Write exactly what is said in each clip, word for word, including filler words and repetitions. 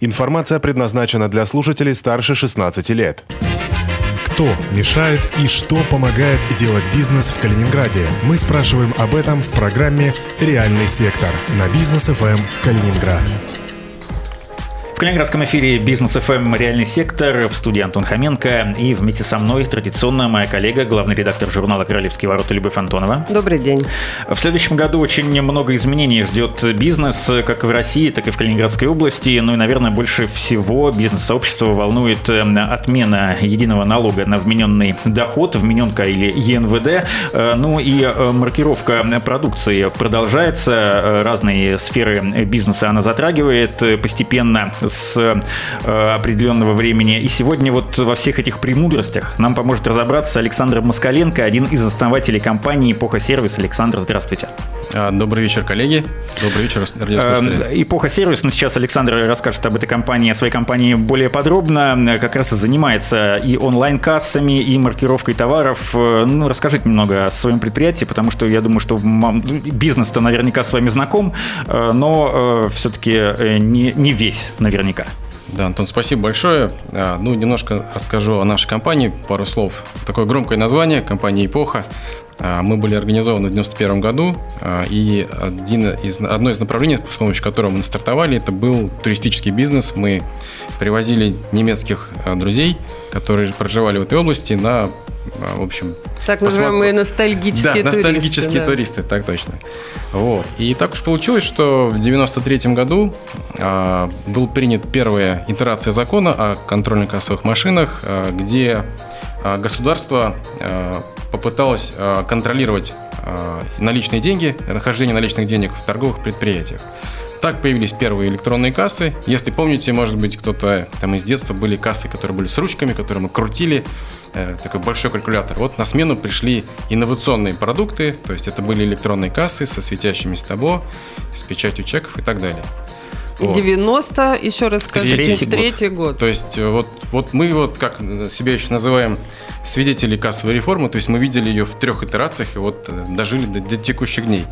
Информация предназначена для слушателей старше шестнадцати лет. Кто мешает и что помогает делать бизнес в Калининграде? Мы спрашиваем об этом в программе «Реальный сектор» на Бизнес эф эм Калининград. В калининградском эфире Бизнес эф эм «Реальный сектор», в студии Антон Хоменко, и вместе со мной традиционно моя коллега, главный редактор журнала «Королевские ворота» Любовь Антонова. Добрый день. В следующем году очень много изменений ждет бизнес, как в России, так и в Калининградской области. Ну и, наверное, больше всего бизнес-сообщество волнует отмена единого налога на вмененный доход, вмененка или е эн вэ дэ. Ну и маркировка продукции продолжается. Разные сферы бизнеса она затрагивает постепенно, с э, определенного времени. И сегодня вот во всех этих премудростях нам поможет разобраться Александр Москаленко, один из основателей компании «Эпоха Сервис». Александр, здравствуйте. Добрый вечер, коллеги. Добрый вечер, радиослушатели. «Эпоха Сервис», но сейчас Александр расскажет об этой компании, о своей компании более подробно. Как раз и занимается и онлайн-кассами, и маркировкой товаров. Ну, расскажите немного о своем предприятии, потому что я думаю, что бизнес-то наверняка с вами знаком, но все-таки не, не весь, наверняка. Да, Антон, спасибо большое. Ну, немножко расскажу о нашей компании, пару слов. Такое громкое название, компания «Эпоха». Мы были организованы в девяносто первом году, и один из, одно из направлений, с помощью которого мы стартовали, это был туристический бизнес. Мы привозили немецких друзей, которые проживали в этой области, на, в общем... Так называемые посмотр... ностальгические да, туристы. ностальгические да. туристы, так точно. Вот. И так уж получилось, что в девяносто третьем году а, был принят первая итерация закона о контрольно-кассовых машинах, а, где а, государство а, попыталось а, контролировать а, наличные деньги, нахождение наличных денег в торговых предприятиях. Так появились первые электронные кассы. Если помните, может быть, кто-то там из детства были кассы, которые были с ручками, которые мы крутили, э, такой большой калькулятор. Вот на смену пришли инновационные продукты, то есть это были электронные кассы со светящимися табло, с печатью чеков и так далее. Вот. девяносто, еще раз скажите, третий, третий год. год. То есть вот, вот мы вот как себя еще называем свидетели кассовой реформы, то есть мы видели ее в трех итерациях и вот дожили до, до текущих дней.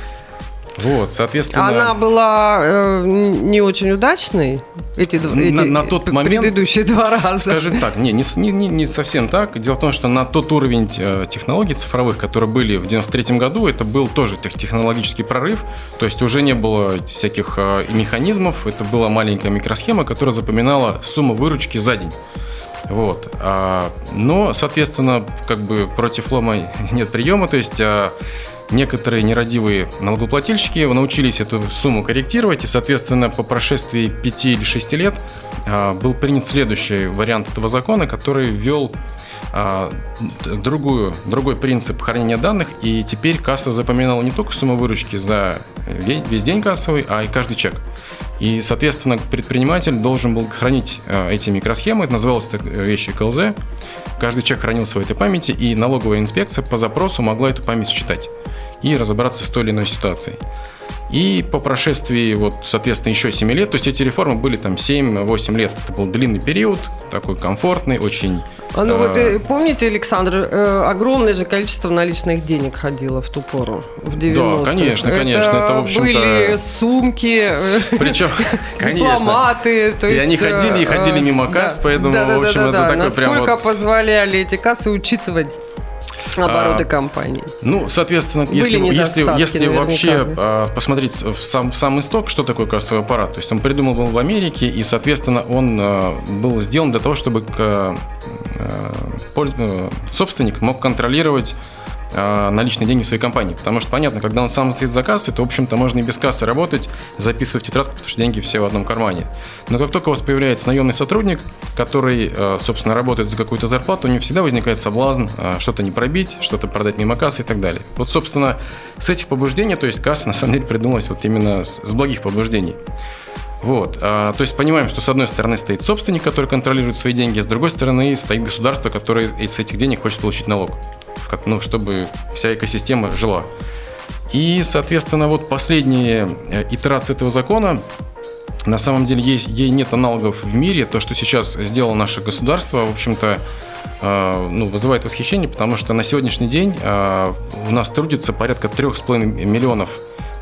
Вот, соответственно... Она была э, не очень удачной, эти, на, эти на тот момент, предыдущие два раза? Скажем так, не, не, не, не совсем так. Дело в том, что на тот уровень технологий цифровых, которые были в девяносто третьем году, это был тоже технологический прорыв. То есть уже не было всяких механизмов, это была маленькая микросхема, которая запоминала сумму выручки за день. Вот. Но, соответственно, как бы против лома нет приема, то есть... Некоторые нерадивые налогоплательщики научились эту сумму корректировать, и, соответственно, по прошествии пяти или шести лет был принят следующий вариант этого закона, который ввел другую, другой принцип хранения данных, и теперь касса запоминала не только сумму выручки за весь день кассовый, а и каждый чек. И, соответственно, предприниматель должен был хранить эти микросхемы, это называлось так вещи ка эл зэ. Каждый чек хранился в этой памяти, и налоговая инспекция по запросу могла эту память считать и разобраться с той или иной ситуацией. И по прошествии, вот, соответственно, еще семь лет, то есть эти реформы были там семь-восемь лет, это был длинный период, такой комфортный, очень... А ну вот помните, Александр, огромное же количество наличных денег ходило в ту пору, в девяностых. Да, конечно, конечно. Это, это в общем-то... были сумки, причем, дипломаты. То есть, и они ходили и ходили мимо касс, да, поэтому, да, да, в общем, да, это да, такой насколько прям... Насколько позволяли эти кассы учитывать обороты а, компании? Ну, соответственно, если, если, если вообще а, посмотреть в сам, в сам исток, что такое кассовый аппарат, то есть он придумал был в Америке, и, соответственно, он а, был сделан для того, чтобы а, а, собственник мог контролировать наличные деньги в своей компании. Потому что, понятно, когда он сам стоит за кассой, то, в общем-то, можно и без кассы работать, записывать в тетрадку, потому что деньги все в одном кармане. Но как только у вас появляется наемный сотрудник, который, собственно, работает за какую-то зарплату, у него всегда возникает соблазн что-то не пробить, что-то продать мимо кассы и так далее. Вот, собственно, с этих побуждений, то есть касса, на самом деле, придумалась вот именно с, с благих побуждений. Вот. А, то есть понимаем, что с одной стороны стоит собственник, который контролирует свои деньги, а с другой стороны стоит государство, которое из этих денег хочет получить налог, ну, чтобы вся экосистема жила. И, соответственно, вот последние итерации этого закона, на самом деле есть, ей нет аналогов в мире. То, что сейчас сделало наше государство, в общем-то, э, ну, вызывает восхищение, потому что на сегодняшний день э, у нас трудится порядка трех с половиной миллионов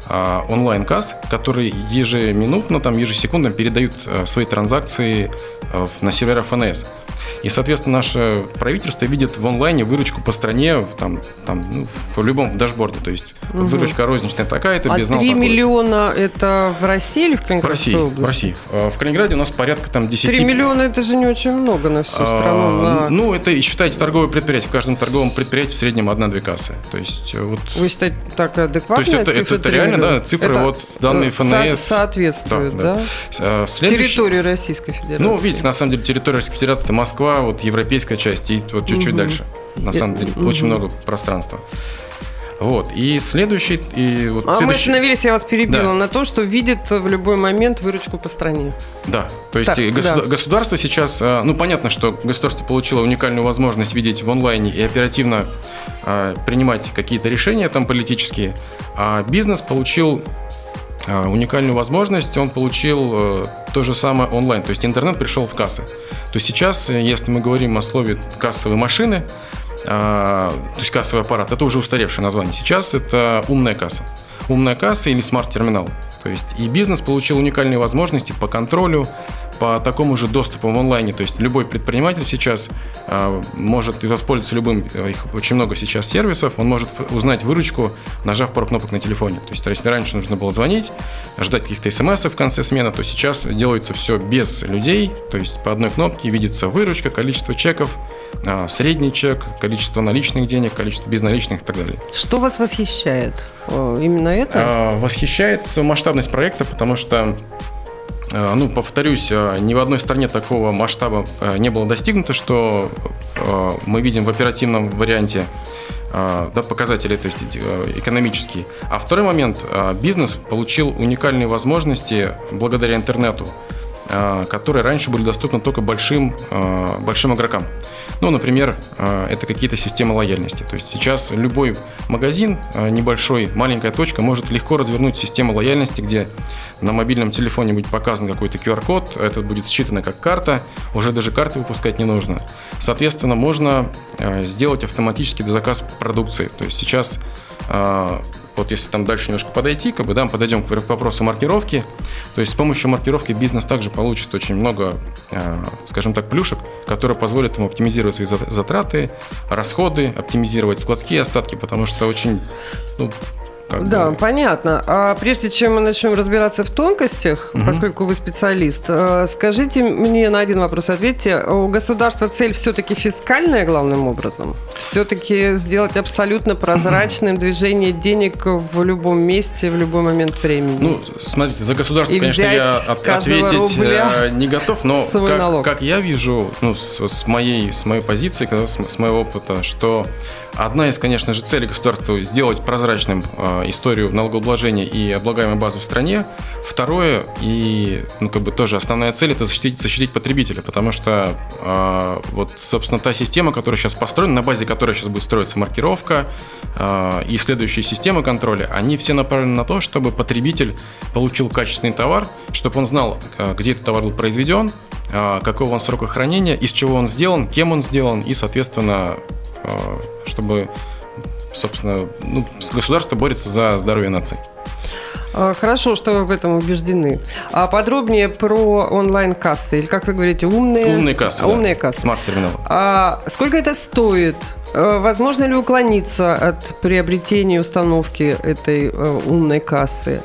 онлайн-касс, которые ежеминутно, там, ежесекундно передают свои транзакции на сервера эф эн эс. И, соответственно, наше правительство видит в онлайне выручку по стране там, там, ну, в любом дашборде. То есть угу. выручка розничная такая-то, а безнал три такой. миллиона это в России или в Калининградской в России, области? В России. В Калининграде у нас порядка там десять... три миллиона это же не очень много на всю страну. А, на... Ну, это, считайте, торговое предприятие. В каждом торговом предприятии в среднем одна-две кассы. То есть, вот... Вы считаете, так адекватная цифра? То есть это, это, это реально, да, цифры это вот с данной эф эн эс. Со- соответствуют, да? да? да. Следующий... Территории Российской Федерации. Ну, видите, на самом деле территория Российской Федерации это Москва, вот европейская часть и вот чуть-чуть угу. дальше. На самом деле угу. очень много пространства. Вот. И следующий... И вот а следующий... мы остановились, я вас перебила, да. на то, что видит в любой момент выручку по стране. Да. То есть так, государ... да. государство сейчас... Ну, понятно, что государство получило уникальную возможность видеть в онлайне и оперативно а, принимать какие-то решения там политические, а бизнес получил а, уникальную возможность, он получил а, то же самое онлайн. То есть интернет пришел в кассы. То есть сейчас, если мы говорим о слове «кассовые машины», то есть кассовый аппарат, это уже устаревшее название. Сейчас это умная касса. Умная касса или смарт-терминал. То есть и бизнес получил уникальные возможности по контролю, по такому же доступу в онлайне. То есть любой предприниматель сейчас а, может воспользоваться любым, их очень много сейчас сервисов, он может узнать выручку, нажав пару кнопок на телефоне. То есть если раньше нужно было звонить, ждать каких-то смс в конце смены, то сейчас делается все без людей. То есть по одной кнопке видится выручка, количество чеков, средний чек, количество наличных денег, количество безналичных и так далее. Что вас восхищает? Именно это? Восхищает масштабность проекта, потому что, ну, повторюсь, ни в одной стране такого масштаба не было достигнуто, что мы видим в оперативном варианте, да, показатели, то есть экономические. А второй момент, бизнес получил уникальные возможности благодаря интернету, которые раньше были доступны только большим, большим игрокам. Ну, например, это какие-то системы лояльности. То есть сейчас любой магазин, небольшой, маленькая точка, может легко развернуть систему лояльности, где на мобильном телефоне будет показан какой-то ку ар код, это будет считано как карта, уже даже карты выпускать не нужно. Соответственно, можно сделать автоматический заказ продукции. То есть сейчас... Вот если там дальше немножко подойти, как бы, да, подойдем к вопросу маркировки, то есть с помощью маркировки бизнес также получит очень много, э, скажем так, плюшек, которые позволят ему оптимизировать свои затраты, расходы, оптимизировать складские остатки, потому что очень... Ну, Как да, бы... понятно. А прежде чем мы начнем разбираться в тонкостях, угу. поскольку вы специалист, скажите мне на один вопрос, ответьте. У государства цель все-таки фискальная главным образом? Все-таки сделать абсолютно прозрачным движение денег в любом месте, в любой момент времени? Ну, смотрите, за государство, и конечно, я от, ответить не готов, но как, как я вижу, ну, с, с, моей, с моей позиции, с, с моего опыта, что одна из, конечно же, целей государства сделать прозрачным э, историю налогообложения и облагаемой базы в стране. Второе, и ну, как бы тоже основная цель, это защитить, защитить потребителя, потому что э, вот, собственно, та система, которая сейчас построена, на базе которой сейчас будет строиться маркировка э, и следующие системы контроля, они все направлены на то, чтобы потребитель получил качественный товар, чтобы он знал, э, где этот товар был произведен, э, какого он срока хранения, из чего он сделан, кем он сделан, и, соответственно, чтобы, собственно, ну, государство борется за здоровье нации. Хорошо, что вы в этом убеждены. А подробнее про онлайн-кассы, или, как вы говорите, умные... Умные кассы, а, умные да. кассы. Смарт-терминалы. А сколько это стоит? Возможно ли уклониться от приобретения и установки этой умной кассы?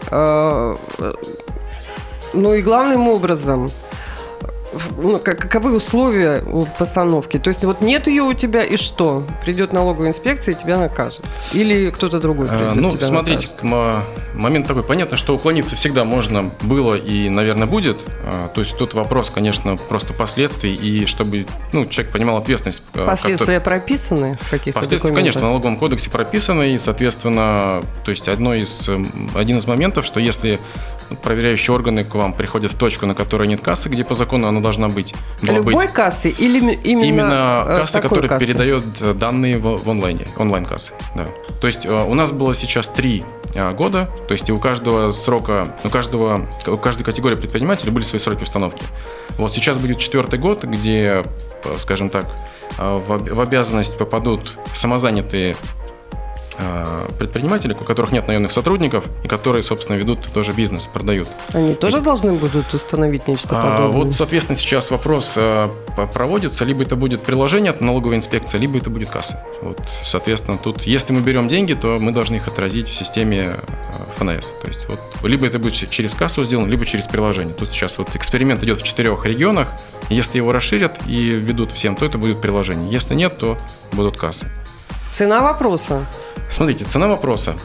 Ну и главным образом... Ну, каковы условия постановки? То есть вот нет ее у тебя, и что? Придет налоговая инспекция и тебя накажет? Или кто-то другой придет, а, Ну, тебя смотрите, накажет? Момент такой. Понятно, что уклониться всегда можно было и, наверное, будет. А, то есть тут вопрос, конечно, просто последствий, и чтобы ну, человек понимал ответственность. Последствия прописаны в каких-то Последствия, документах? конечно, в налоговом кодексе прописаны, и, соответственно, то есть одно из, один из моментов, что если проверяющие органы к вам приходят в точку, на которой нет кассы, где по закону она должна быть. Любой быть. кассы или именно Именно касса, которая кассы? передает данные в, в онлайне, онлайн-кассы. Да. То есть у нас было сейчас три года, то есть у каждого срока, у каждого, у каждой категории предпринимателей были свои сроки установки. Вот сейчас будет четвертый год, где, скажем так, в, в обязанность попадут самозанятые предприниматели, у которых нет наемных сотрудников, и которые, собственно, ведут тоже бизнес, продают. Они тоже Ведь... должны будут установить нечто подобное? Вот, соответственно, сейчас вопрос проводится, либо это будет приложение от налоговой инспекции, либо это будет касса. Вот, соответственно, тут, если мы берем деньги, то мы должны их отразить в системе эф эн эс. То есть, вот, либо это будет через кассу сделано, либо через приложение. Тут сейчас вот эксперимент идет в четырех регионах. Если его расширят и введут всем, то это будет приложение. Если нет, то будут кассы. Цена вопроса. Смотрите, цена вопроса.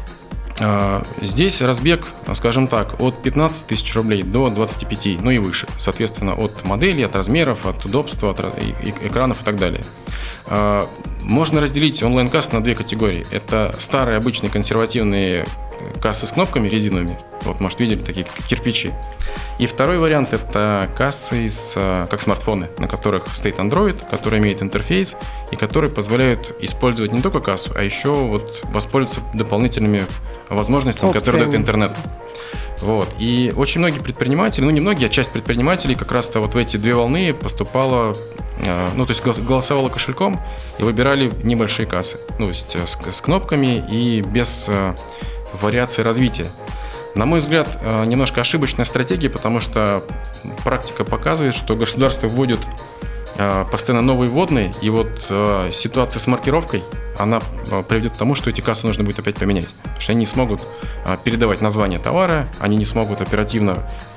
Здесь разбег, скажем так, от пятнадцати тысяч рублей до двадцати пяти, ну и выше. Соответственно, от моделей, от размеров, от удобства, от экранов и так далее. Можно разделить онлайн-кассы на две категории. Это старые, обычные, консервативные кассы с кнопками резиновыми. Вот, может, видели такие кирпичи. И второй вариант – это кассы, с, как смартфоны, на которых стоит Android, который имеет интерфейс и которые позволяют использовать не только кассу, а еще вот воспользоваться дополнительными возможностями, Опциями. которые дает интернет. Вот. И очень многие предприниматели, ну не многие, а часть предпринимателей как раз-то вот в эти две волны поступала, ну то есть голосовала кошельком и выбирали небольшие кассы, ну то есть с, с кнопками и без вариации развития. На мой взгляд, немножко ошибочная стратегия, потому что практика показывает, что государство вводит постоянно новые вводные, и вот ситуация с маркировкой, она приведет к тому, что эти кассы нужно будет опять поменять. Потому что они не смогут передавать название товара, они не смогут оперативно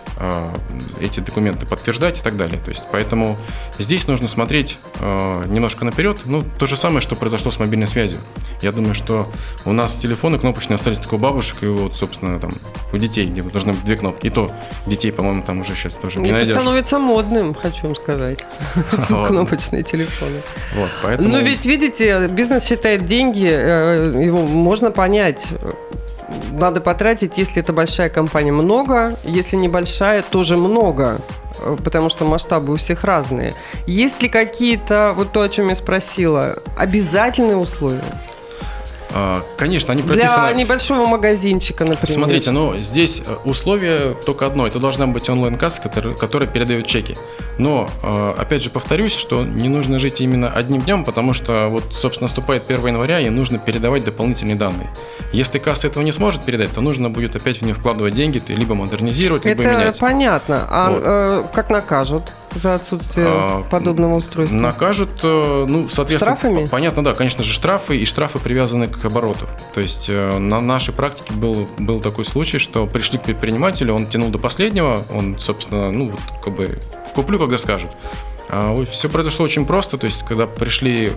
эти документы подтверждать и так далее. То есть, поэтому здесь нужно смотреть э, немножко наперед. Ну, то же самое, что произошло с мобильной связью. Я думаю, что у нас телефоны кнопочные остались только у бабушек и вот, собственно, там, у детей, где должны быть две кнопки. И то детей, по-моему, там уже сейчас тоже не найдешь. Это становится модным, хочу вам сказать. Кнопочные телефоны. Но ведь, видите, бизнес считает деньги, его можно понять. Надо потратить, если это большая компания, много, если небольшая, тоже много, потому что масштабы у всех разные. Есть ли какие-то, вот то, о чем я спросила, обязательные условия? Конечно, они прописаны... Для небольшого магазинчика, например. Смотрите, ну, здесь условие только одно. Это должна быть онлайн-касса, которая, которая передает чеки. Но, опять же, повторюсь, что не нужно жить именно одним днем, потому что, вот, собственно, наступает первого января, и нужно передавать дополнительные данные. Если касса этого не сможет передать, то нужно будет опять в нее вкладывать деньги, либо модернизировать, либо это менять. Это понятно. А вот. э, как накажут за отсутствие а, подобного устройства? Накажут, ну, соответственно... Штрафами? Понятно, да, конечно же, штрафы, и штрафы привязаны к обороту. То есть на нашей практике был, был такой случай, что пришли к предпринимателю, он тянул до последнего, он, собственно, ну, вот, как бы, куплю, когда скажут. Все произошло очень просто, то есть когда пришли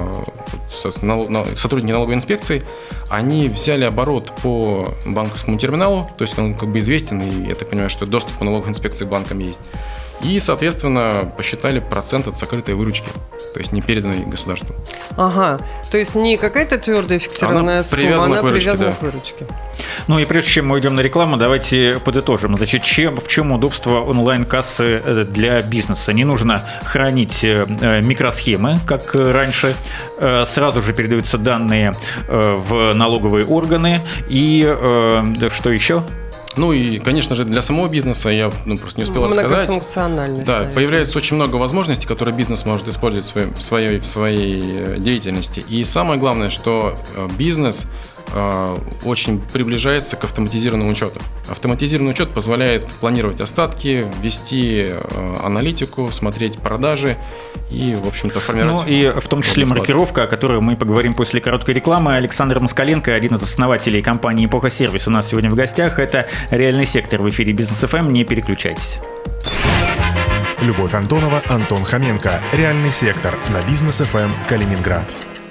сотрудники налоговой инспекции, они взяли оборот по банковскому терминалу, то есть он как бы известен, и я так понимаю, что доступ по налоговой инспекции к банкам есть. И, соответственно, посчитали процент от сокрытой выручки, то есть не переданной государству. Ага, то есть не какая-то твердая фиксированная она сумма, привязана она к выручке, привязана да. к выручке. Ну и прежде чем мы уйдем на рекламу, давайте подытожим. Значит, чем, в чем удобство онлайн-кассы для бизнеса? Не нужно хранить микросхемы, как раньше. Сразу же передаются данные в налоговые органы. И что еще? Ну и, конечно же, для самого бизнеса, я ну, просто не успел рассказать. Многофункциональность. Да, наверное. Появляется очень много возможностей, которые бизнес может использовать в своей, в своей, в своей деятельности. И самое главное, что бизнес э, очень приближается к автоматизированному учету. Автоматизированный учет позволяет планировать остатки, вести э, аналитику, смотреть продажи и, в общем-то, формировать... Ну и в том числе маркировка, о которой мы поговорим после короткой рекламы. Александр Москаленко, один из основателей компании «Эпоха Сервис», у нас сегодня в гостях. Это «Реальный сектор» в эфире Бизнес эф эм. Не переключайтесь. Любовь Антонова, Антон Хоменко. «Реальный сектор» на Бизнес эф эм Калининград.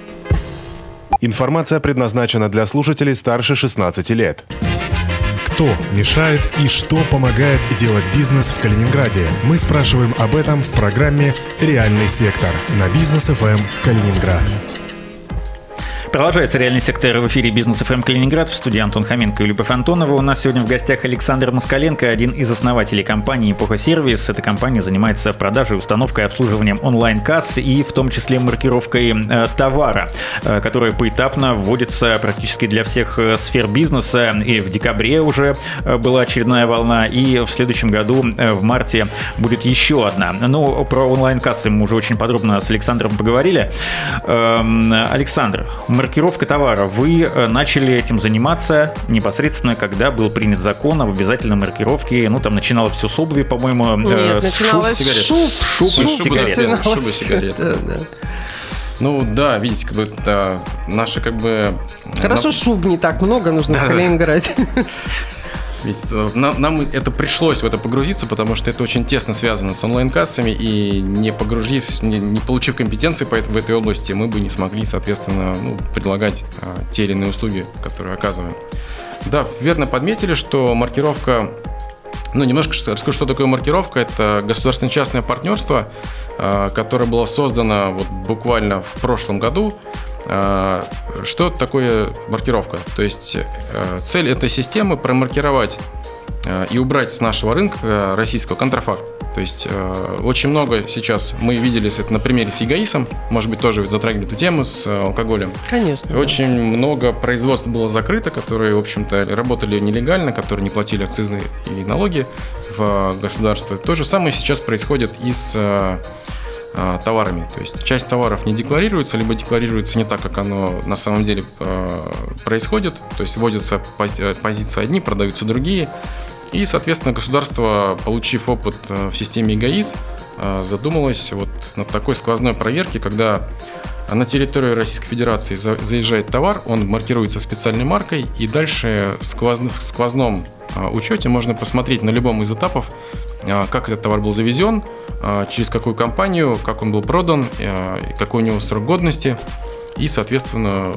Информация предназначена для слушателей старше шестнадцати лет. Кто мешает и что помогает делать бизнес в Калининграде? Мы спрашиваем об этом в программе «Реальный сектор» на Бизнес эф эм Калининград. Продолжается «Реальный сектор» в эфире Бизнес эф эм Калининград. В студии Антон Хоменко и Любовь Антонова. У нас сегодня в гостях Александр Москаленко, один из основателей компании «Эпоха Сервис». Эта компания занимается продажей, установкой и обслуживанием онлайн-касс и в том числе маркировкой э, товара, э, которая поэтапно вводится практически для всех э, сфер бизнеса. И в декабре уже э, была очередная волна, и в следующем году, э, в марте, будет еще одна. Ну, про онлайн-кассы мы уже очень подробно с Александром поговорили. Э, Александр, у маркировка товара. Вы начали этим заниматься непосредственно, когда был принят закон об обязательной маркировке. Ну, там начиналось все с обуви, по-моему. Нет, э, начиналось с сигарет. шуб. Шуб, шуб, шуб, сигарет. Да, шубы, сигарет. Да, да. Ну да, видите, как бы да, наши как бы... Хорошо, нам... шуб не так много нужно да, в Калининграде. Видите, нам, нам это пришлось в это погрузиться, потому что это очень тесно связано с онлайн-кассами, и не погрузив, не, не получив компетенции по, в этой области, мы бы не смогли, соответственно, ну, предлагать а, те или иные услуги, которые оказываем. Да, верно подметили, что маркировка... Ну, немножко расскажу, что такое маркировка. Это государственно-частное партнерство, которое было создано вот буквально в прошлом году. Что такое маркировка? То есть цель этой системы – промаркировать и убрать с нашего рынка российского контрафакт. То есть очень много сейчас мы видели это на примере с ЕГАИСом, может быть, тоже затрагивали эту тему с алкоголем. Конечно. Очень да. много производств было закрыто, которые, в общем-то, работали нелегально, которые не платили акцизы и налоги в государство. То же самое сейчас происходит и с товарами. То есть часть товаров не декларируется, либо декларируется не так, как оно на самом деле происходит. То есть вводятся позиции одни, продаются другие. И, соответственно, государство, получив опыт в системе ЕГАИС, задумалось вот над такой сквозной проверки, когда на территорию Российской Федерации заезжает товар, он маркируется специальной маркой, и дальше в сквозном учете можно посмотреть на любом из этапов, как этот товар был завезен, через какую компанию, как он был продан, какой у него срок годности. И, соответственно,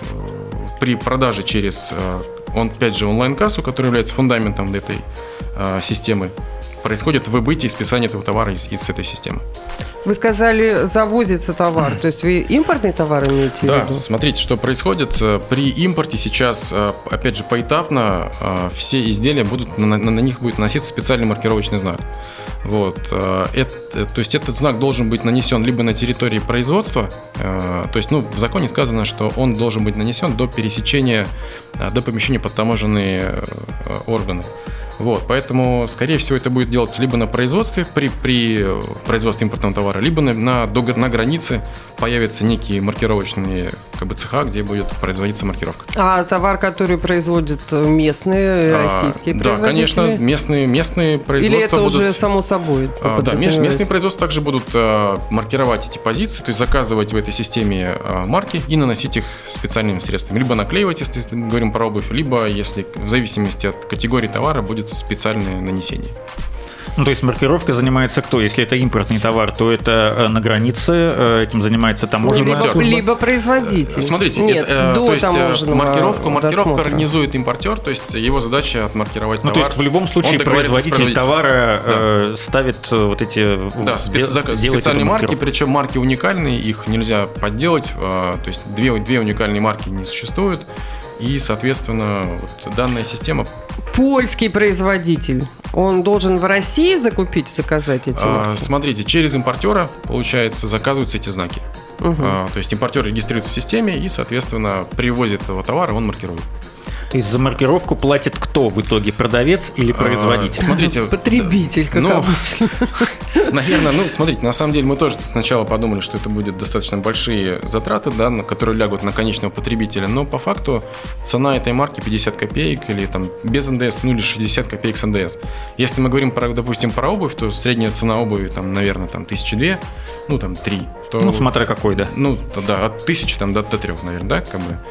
при продаже через, он, опять же, онлайн-кассу, которая является фундаментом этой системы, происходит выбытие и списание этого товара из, из этой системы. Вы сказали, завозится товар, то есть вы импортный товар имеете в виду? Да, смотрите, что происходит. При импорте сейчас, опять же, поэтапно все изделия будут, на, на них будет наноситься специальный маркировочный знак. Вот. Это, то есть этот знак должен быть нанесен либо на территории производства, то есть, ну, в законе сказано, что он должен быть нанесен до пересечения, до помещения под таможенные органы. Вот, поэтому, скорее всего, это будет делаться либо на производстве, при, при производстве импортного товара, либо на, на, на границе появятся некие маркировочные как бы, цеха, где будет производиться маркировка. А товар, который производят местные, а, российские да, производители? Да, конечно, местные, местные производства Или это будут... уже само собой? А, да, местные производства также будут а, маркировать эти позиции, то есть заказывать в этой системе а, марки и наносить их специальными средствами. Либо наклеивать, если мы говорим про обувь, либо, если в зависимости от категории товара, будет специальное нанесение. Ну, то есть маркировкой занимается кто? Если это импортный товар, то это на границе, этим занимается таможенная либо, служба. Либо производитель. Смотрите, Нет, это, до то есть маркировку, маркировку досмотра. организует импортер, то есть его задача отмаркировать ну, товар. То есть в любом случае производитель товара да. э, ставит вот эти... Да, специ- специальные марки, причем марки уникальные, их нельзя подделать, э, то есть две, две уникальные марки не существует, и, соответственно, вот данная система... Польский производитель, он должен в России закупить, заказать эти марки? А, смотрите, через импортера, получается, заказываются эти знаки. Угу. А, то есть импортер регистрируется в системе и, соответственно, привозит этого товара, он маркирует. То есть за маркировку платит кто в итоге, продавец или производитель? А, смотрите, потребитель, как ну, обычно. Наверное, ну, смотрите, на самом деле мы тоже сначала подумали, что это будет достаточно большие затраты, да, которые лягут на конечного потребителя, но по факту цена этой марки пятьдесят копеек или там без эн дэ эс, ну или шестьдесят копеек с эн дэ эс. Если мы говорим, про, допустим, про обувь, то средняя цена обуви, там, наверное, там, тысячи две, ну, там, три. То, ну, смотря какой, да. Ну, то, да, от тысячи там, до, до трех, наверное, да, как бы.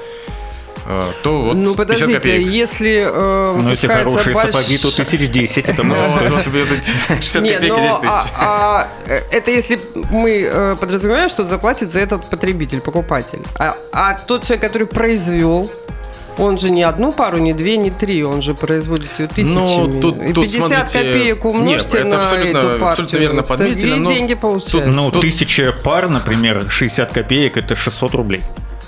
То вот ну, подождите, если э, ну, если хорошие больш... сапоги, то тысяч десять, это может стоить. Нет, но а, а, это если мы э, подразумеваем, что заплатит за этот потребитель, покупатель. А, а тот человек, который произвел, он же не одну пару, не две, не три, он же производит ее тысячами. Ну, тут, и пятьдесят тут, смотрите, копеек умножьте нет, на абсолютно, эту партию. Абсолютно верно подметили. И деньги получаются. Ну, тут... тысяча пар, например, шестьдесят копеек, это шестьсот рублей.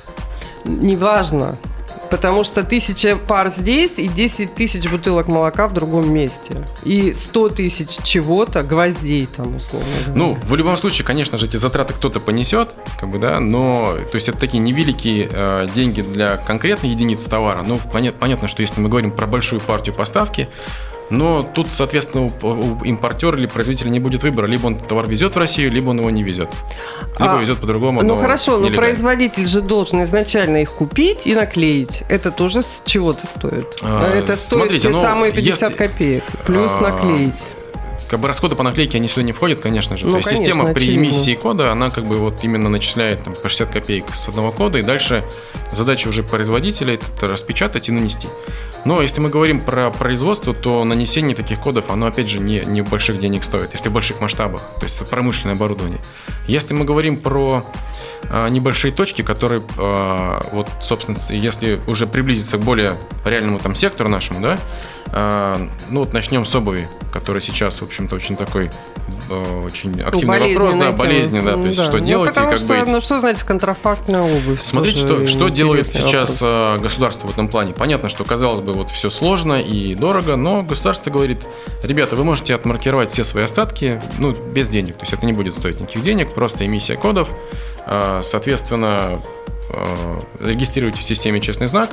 Неважно. Потому что тысяча пар здесь и десять тысяч бутылок молока в другом месте. И сто тысяч чего-то, гвоздей там, условно говоря. Ну, в любом случае, конечно же, эти затраты кто-то понесет, как бы, да, но, то есть это такие невеликие э, деньги для конкретной единицы товара. Ну, понятно, понятно, что если мы говорим про большую партию поставки, Но тут, соответственно, у, у импортера или производителя не будет выбора. Либо он товар везет в Россию, либо он его не везет. Либо а, везет по-другому. Ну хорошо, но производитель же должен изначально их купить и наклеить. Это тоже с чего-то стоит. А, Это стоит те ну, самые пятьдесят если, копеек. Плюс а, наклеить. Как бы расходы по наклейке, они сюда не входят, конечно же. Ну, То есть конечно, система при очевидно. эмиссии кода, она как бы вот именно начисляет там, по шестьдесят копеек с одного кода, и дальше задача уже производителя это распечатать и нанести. Но если мы говорим про производство, то нанесение таких кодов, оно опять же не, не больших денег стоит, если в больших масштабах, то есть это промышленное оборудование. Если мы говорим про а, небольшие точки, которые, а, вот, собственно, если уже приблизиться к более реальному там сектору нашему, да, а, ну вот начнем с обуви, который сейчас, в общем-то, очень такой очень активный вопрос, да, болезненный, да, то есть да. что ну, делать и как что, быть. Ну что значит контрафактная обувь? Смотрите, что, что делает сейчас вопрос. государство в этом плане. Понятно, что, казалось бы, вот все сложно и дорого, но государство говорит, ребята, вы можете отмаркировать все свои остатки, ну, без денег, то есть это не будет стоить никаких денег, просто эмиссия кодов, соответственно, регистрируйте в системе честный знак.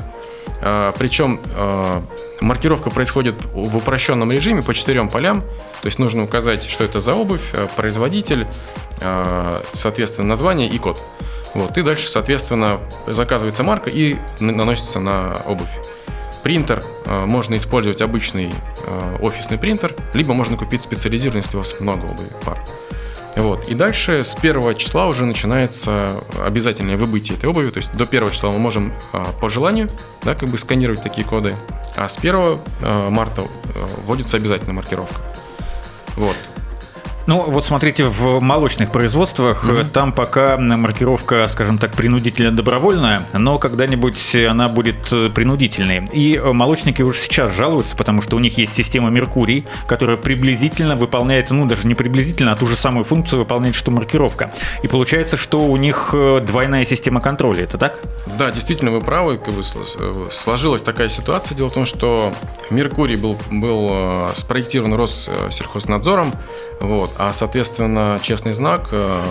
Причем маркировка происходит в упрощенном режиме по четырем полям. То есть нужно указать, что это за обувь, производитель, соответственно, название и код. Вот. И дальше, соответственно, заказывается марка и наносится на обувь. Принтер можно использовать обычный офисный принтер, либо можно купить специализированный, если у вас много обуви пар. Вот. И дальше с первого числа уже начинается обязательное выбытие этой обуви. То есть до первого числа мы можем по желанию, да, как бы сканировать такие коды, а с первого марта вводится обязательная маркировка. Вот. Ну, вот смотрите, в молочных производствах mm-hmm. там пока маркировка, скажем так, принудительно-добровольная, но когда-нибудь она будет принудительной. И молочники уже сейчас жалуются, потому что у них есть система Меркурий, которая приблизительно выполняет, ну, даже не приблизительно, а ту же самую функцию выполняет, что маркировка. И получается, что у них двойная система контроля. Это так? Да, действительно, вы правы. Как бы сложилась такая ситуация. Дело в том, что Меркурий был, был спроектирован Россельхознадзором, вот, а, соответственно, честный знак э,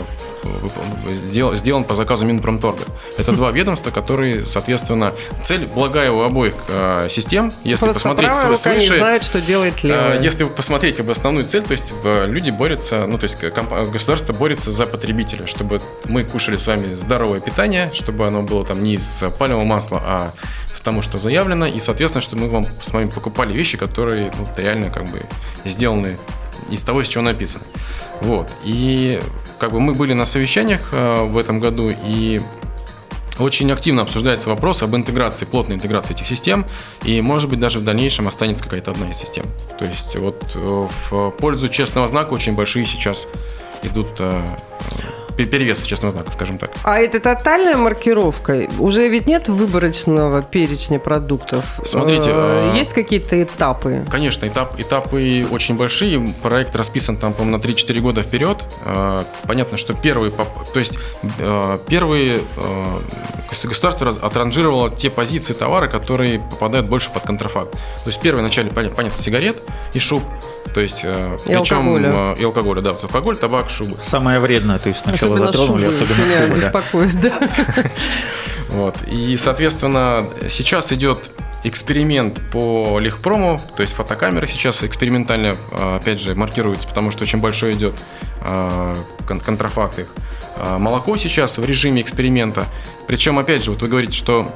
сделан, сделан по заказу Минпромторга. Это два ведомства, которые, соответственно, цель благая у обоих э, систем. Если Просто посмотреть правая рука свыше, не знает, что делает левая. Э, если посмотреть как бы основную цель, то есть э, люди борются, ну то есть комп- государство борется за потребителя, чтобы мы кушали с вами здоровое питание, чтобы оно было там не из пальмового масла, а тому, что заявлено, и, соответственно, чтобы мы вам с вами покупали вещи, которые ну, реально как бы сделаны из того, с чего написано. Вот. И как бы мы были на совещаниях э, в этом году, и очень активно обсуждается вопрос об интеграции, плотной интеграции этих систем, и, может быть, даже в дальнейшем останется какая-то одна из систем. То есть вот э, в пользу честного знака очень большие сейчас идут э, перевеса честного знака, скажем так. А это тотальная маркировка? Уже ведь нет выборочного перечня продуктов? Смотрите. Есть какие-то этапы? Конечно, этап, этапы очень большие. Проект расписан там, по-моему, на три-четыре года вперед. Понятно, что первые, то есть первые государство отранжировало те позиции товара, которые попадают больше под контрафакт. То есть первые вначале, понятно, сигарет и шуб. То есть, и причем алкоголя. и алкоголя, да, алкоголь, табак, шубы. Самое вредное, то есть сначала особенно затронули, шубы, особенно меня шубы, беспокоит, да. Вот. И, соответственно, сейчас идет эксперимент по легпрому, то есть фотокамеры сейчас экспериментально, опять же, маркируются, потому что очень большой идет контрафакт их. Молоко сейчас в режиме эксперимента. Причем, опять же, вот вы говорите, что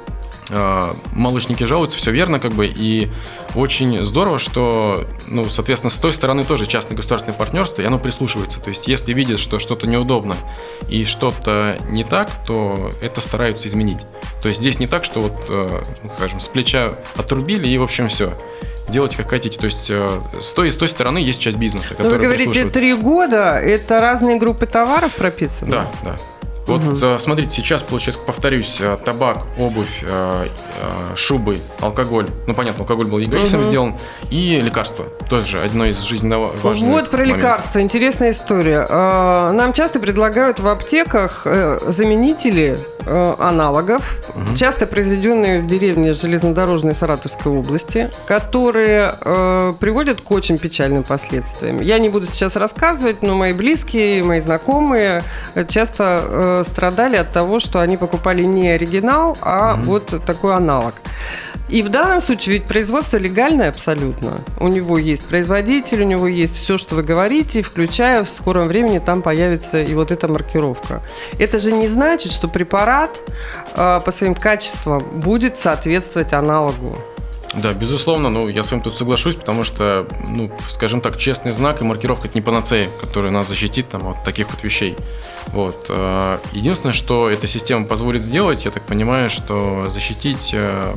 молочники жалуются, все верно, как бы, и очень здорово, что, ну, соответственно, с той стороны тоже частно-государственное партнерство, и оно прислушивается. То есть, если видят, что что-то неудобно и что-то не так, то это стараются изменить. То есть, здесь не так, что вот, скажем, с плеча отрубили и, в общем, все. Делайте как хотите. То есть с той, с той стороны есть часть бизнеса, которая прислушивается. Вы говорите, три года, это разные группы товаров прописаны? Да, да. Вот угу. смотрите, сейчас, получается, повторюсь, табак, обувь, шубы, алкоголь. Ну, понятно, алкоголь был ЕГАИСом угу. сделан. И лекарства. Тоже одно из жизненно важных Вот про моментов. лекарства. Интересная история. Нам часто предлагают в аптеках заменители аналогов, угу. часто произведенные в деревне железнодорожной Саратовской области, которые э, приводят к очень печальным последствиям. Я не буду сейчас рассказывать, но мои близкие, мои знакомые часто э, страдали от того, что они покупали не оригинал, а угу. вот такой аналог. И в данном случае ведь производство легальное абсолютно. У него есть производитель, у него есть все, что вы говорите, включая в скором времени там появится и вот эта маркировка. Это же не значит, что препарат э, по своим качествам будет соответствовать аналогу. Да, безусловно, ну, я с вами тут соглашусь, потому что, ну, скажем так, честный знак и маркировка – это не панацея, которая нас защитит там, от таких вот вещей. Вот. Единственное, что эта система позволит сделать, я так понимаю, что защитить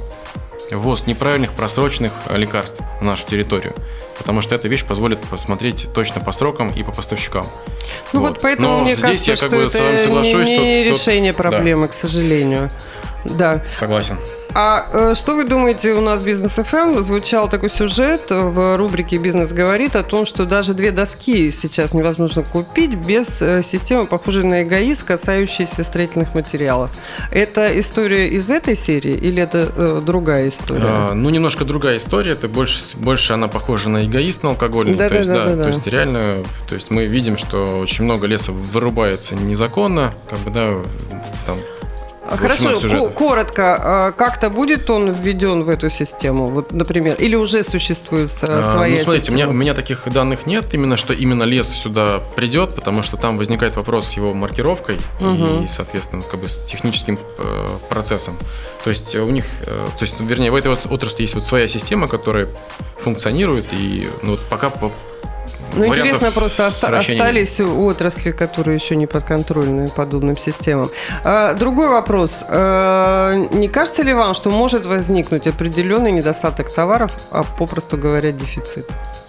ввоз неправильных просроченных лекарств на нашу территорию. Потому что эта вещь позволит посмотреть точно по срокам и по поставщикам. Ну вот, вот поэтому Но мне здесь кажется, я как что бы это с вами соглашусь, не, не что решение тут... проблемы, да. к сожалению. Да. Согласен. А э, что вы думаете, у нас Бизнес эф эм звучал такой сюжет в рубрике «Бизнес говорит» о том, что даже две доски сейчас невозможно купить без э, системы, похожей на эгоист, касающейся строительных материалов. Это история из этой серии или это э, другая история? А, ну, немножко другая история. Это больше, больше она похожа на эгоист, на алкогольный. Да, то, да, есть, да, да, да, то да. есть реально, то есть мы видим, что очень много леса вырубается незаконно, как бы, да, там. Хорошо, коротко, как-то будет он введен в эту систему, вот, например, или уже существует своя а, ну, смотрите, система? У меня, у меня таких данных нет, именно что именно лес сюда придет, потому что там возникает вопрос с его маркировкой угу. и, соответственно, как бы с техническим э, процессом. То есть у них, э, то есть, вернее, в этой вот отрасли есть вот своя система, которая функционирует, и ну, вот пока по Ну, интересно, просто остались отрасли, которые еще не подконтрольны подобным системам. А, другой вопрос. А, не кажется ли вам, что может возникнуть определенный недостаток товаров, а попросту говоря, дефицит?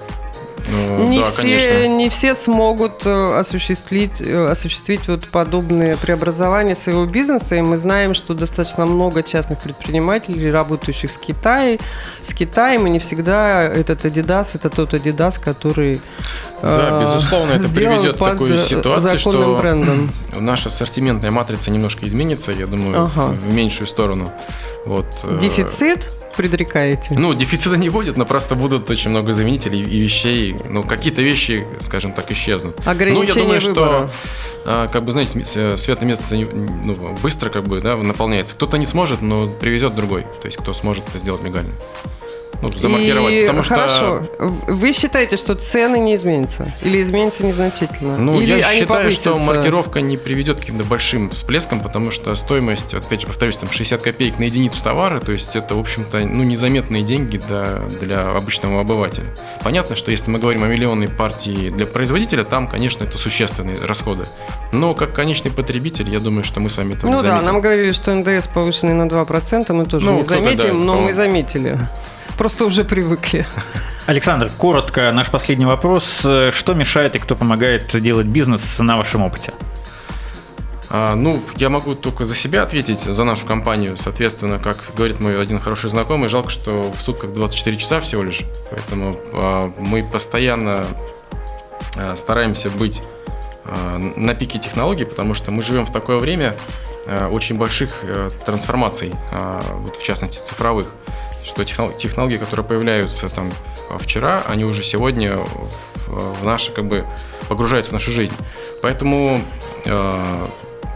Ну, не, да, все, не все смогут осуществить, осуществить вот подобные преобразования своего бизнеса, и мы знаем, что достаточно много частных предпринимателей, работающих с Китаем, с Китаем, и не всегда этот Adidas, это тот Adidas, который да, безусловно, это приведет к такой ситуации, что брендом. Наша ассортиментная матрица немножко изменится, я думаю, ага. в меньшую сторону. Вот. Дефицит? Предрекаете? Ну, дефицита не будет, но просто будут очень много заменителей и вещей. Ну, какие-то вещи, скажем так, исчезнут. Ограничение ну, я думаю, выбора. что, как бы, знаете, светлое место ну, быстро как бы, да, наполняется. Кто-то не сможет, но привезет другой. То есть, кто сможет это сделать легально. Ну, замаркировать. И потому что... Хорошо. Вы считаете, что цены не изменятся? Или изменятся незначительно? Ну, Или я считаю, повысятся? что маркировка не приведет к каким-то большим всплескам, потому что стоимость, опять же, повторюсь, там шестьдесят копеек на единицу товара, то есть это, в общем-то, ну, незаметные деньги для, для обычного обывателя. Понятно, что если мы говорим о миллионной партии для производителя, там, конечно, это существенные расходы. Но как конечный потребитель, я думаю, что мы с вами этого ну, не заметим. Ну да, нам говорили, что эн дэ эс повышенный на два процента, мы тоже ну, не заметим, да, но по-моему. мы заметили. Просто уже привыкли. Александр, коротко наш последний вопрос. Что мешает и кто помогает делать бизнес на вашем опыте? А, ну, я могу только за себя ответить, за нашу компанию. Соответственно, как говорит мой один хороший знакомый, жалко, что в сутках двадцать четыре часа всего лишь. Поэтому а, мы постоянно а, стараемся быть а, на пике технологий, потому что мы живем в такое время а, очень больших а, трансформаций, а, вот в частности цифровых. Что технологии, которые появляются там вчера, они уже сегодня в, в наши, как бы, погружаются в нашу жизнь. Поэтому э,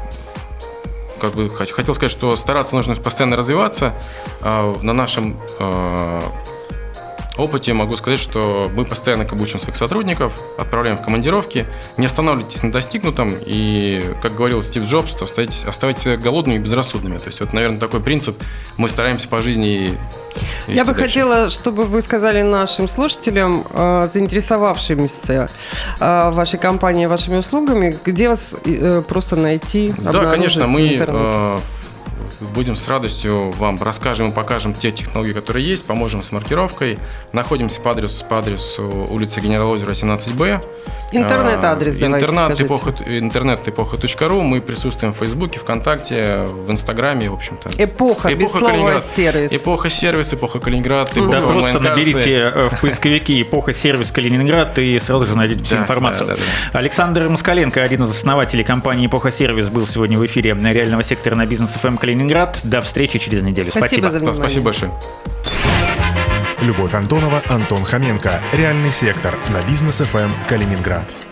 как бы хотел сказать, что стараться нужно постоянно развиваться. Э, на нашем э, опыте могу сказать, что мы постоянно обучаем своих сотрудников, отправляем в командировки, не останавливайтесь на достигнутом, и, как говорил Стив Джобс, то оставайтесь, оставайтесь себя голодными и безрассудными. То есть, вот, наверное, такой принцип мы стараемся по жизни. Я бы дальше. хотела, чтобы вы сказали нашим слушателям, э, заинтересовавшимся э, вашей компанией, вашими услугами, где вас э, просто найти, да, конечно, мы э, будем с радостью вам расскажем и покажем те технологии, которые есть, поможем с маркировкой. Находимся по адресу, по адресу улица Генерала Озера, семнадцать Б. Интернет-адрес, давайте интернет, эпоха, интернет эпоха точка ру. Мы присутствуем в Фейсбуке, ВКонтакте, в Инстаграме, в общем-то. Эпоха, без слова сервис. Эпоха сервис, эпоха Калининград, эпоха да, просто наберите в поисковике эпоха сервис Калининград и сразу же найдете всю да, информацию. Да, да, да. Александр Москаленко, один из основателей компании Эпоха Сервис, был сегодня в эфире реального сектора на Бизнес эф эм Калининград. До встречи через неделю. Спасибо. Спасибо. Спасибо большое. Любовь Антонова, Антон Хоменко. Реальный сектор на Бизнес эф эм Калининград.